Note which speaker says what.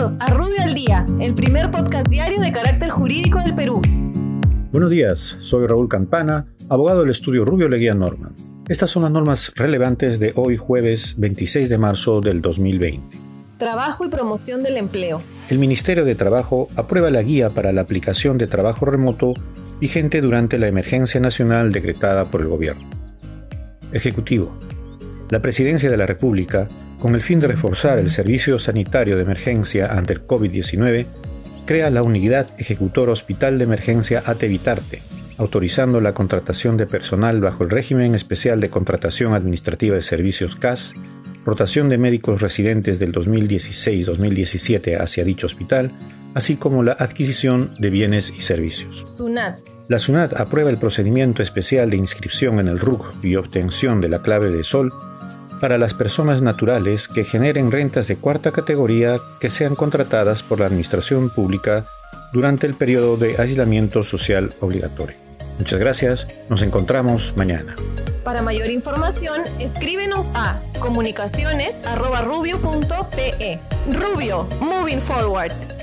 Speaker 1: Bienvenidos a Rubio al Día, el primer podcast diario de carácter jurídico del Perú.
Speaker 2: Buenos días, soy Raúl Campana, abogado del estudio Rubio Leguía Norman. Estas son las normas relevantes de hoy jueves 26 de marzo del 2020.
Speaker 1: Trabajo y promoción del empleo.
Speaker 2: El Ministerio de Trabajo aprueba la guía para la aplicación de trabajo remoto vigente durante la emergencia nacional decretada por el gobierno. Ejecutivo. La Presidencia de la República, con el fin de reforzar el servicio sanitario de emergencia ante el COVID-19, crea la Unidad Ejecutora Hospital de Emergencia ATE Vitarte, autorizando la contratación de personal bajo el régimen especial de contratación administrativa de servicios CAS, rotación de médicos residentes del 2016-2017 hacia dicho hospital, así como la adquisición de bienes y servicios.
Speaker 1: SUNAT.
Speaker 2: La SUNAT aprueba el procedimiento especial de inscripción en el RUC y obtención de la clave de SOL para las personas naturales que generen rentas de cuarta categoría que sean contratadas por la Administración Pública durante el periodo de aislamiento social obligatorio. Muchas gracias, nos encontramos mañana.
Speaker 1: Para mayor información, escríbenos a comunicaciones@rubio.pe. Rubio, moving forward.